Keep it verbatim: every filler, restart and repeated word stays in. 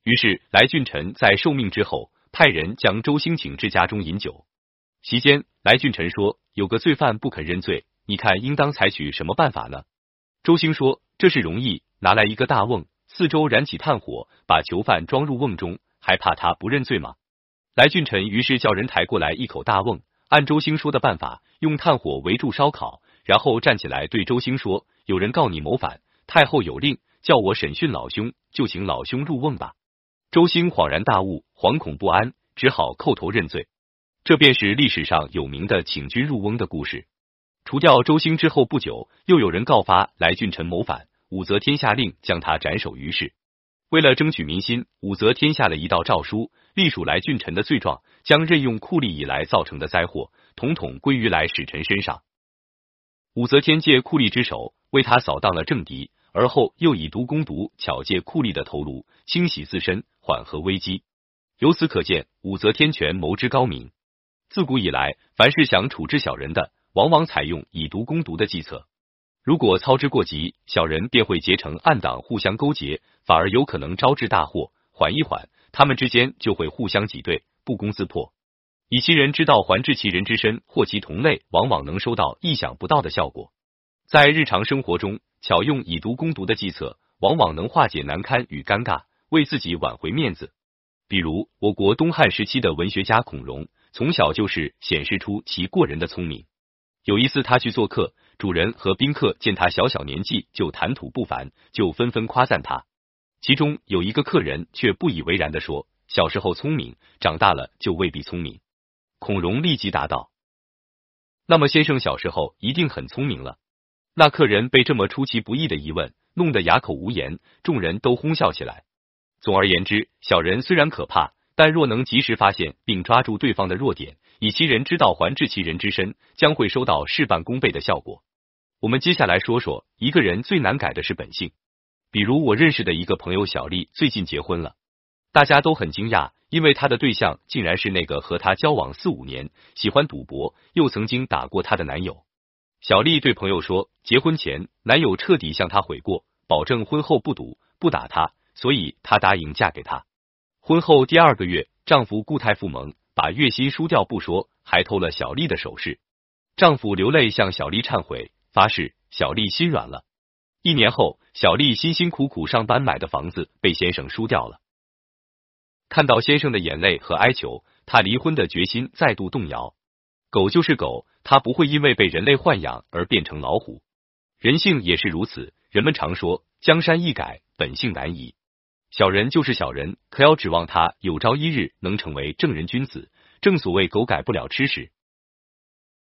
于是来俊臣在受命之后，派人将周兴请至家中饮酒。席间，来俊臣说，有个罪犯不肯认罪，你看应当采取什么办法呢？周兴说，这是容易，拿来一个大瓮，四周燃起炭火，把囚犯装入瓮中，还怕他不认罪吗？来俊臣于是叫人抬过来一口大瓮，按周兴说的办法，用炭火围住烧烤，然后站起来对周兴说，有人告你谋反，太后有令，叫我审讯老兄，就请老兄入瓮吧。周兴恍然大悟，惶恐不安，只好叩头认罪。这便是历史上有名的请君入瓮的故事。除掉周兴之后不久，又有人告发来俊臣谋反，武则天下令将他斩首于市。为了争取民心，武则天下了一道诏书，隶属来俊臣的罪状，将任用酷吏以来造成的灾祸，统统归于来使臣身上。武则天借酷吏之手，为他扫荡了政敌，而后又以毒攻毒，巧借酷吏的头颅，清洗自身，缓和危机。由此可见，武则天权谋之高明。自古以来，凡是想处置小人的，往往采用以毒攻毒的计策。如果操之过急，小人便会结成暗党，互相勾结，反而有可能招致大祸。缓一缓，他们之间就会互相挤兑，不攻自破。以其人之道还治其人之身，或其同类，往往能收到意想不到的效果。在日常生活中，巧用以毒攻毒的计策，往往能化解难堪与尴尬，为自己挽回面子。比如，我国东汉时期的文学家孔融，从小就是显示出其过人的聪明。有一次他去做客，主人和宾客见他小小年纪就谈吐不凡，就纷纷夸赞他。其中有一个客人却不以为然地说，小时候聪明，长大了就未必聪明。孔融立即答道，那么先生小时候一定很聪明了。那客人被这么出其不意的疑问弄得哑口无言，众人都哄笑起来。总而言之，小人虽然可怕，但若能及时发现并抓住对方的弱点，以其人之道还治其人之身，将会收到事半功倍的效果。我们接下来说说，一个人最难改的是本性。比如我认识的一个朋友小丽最近结婚了，大家都很惊讶，因为她的对象竟然是那个和她交往四五年，喜欢赌博，又曾经打过她的男友。小丽对朋友说，结婚前男友彻底向她悔过，保证婚后不赌不打她，所以她答应嫁给他。婚后第二个月，丈夫固态复萌，把月薪输掉不说，还偷了小丽的首饰。丈夫流泪向小丽忏悔，发誓，小丽心软了。一年后，小丽辛辛苦苦上班买的房子被先生输掉了。看到先生的眼泪和哀求，她离婚的决心再度动摇。狗就是狗，它不会因为被人类豢养而变成老虎。人性也是如此，人们常说江山易改，本性难移。小人就是小人，可要指望他有朝一日能成为正人君子。正所谓狗改不了吃屎。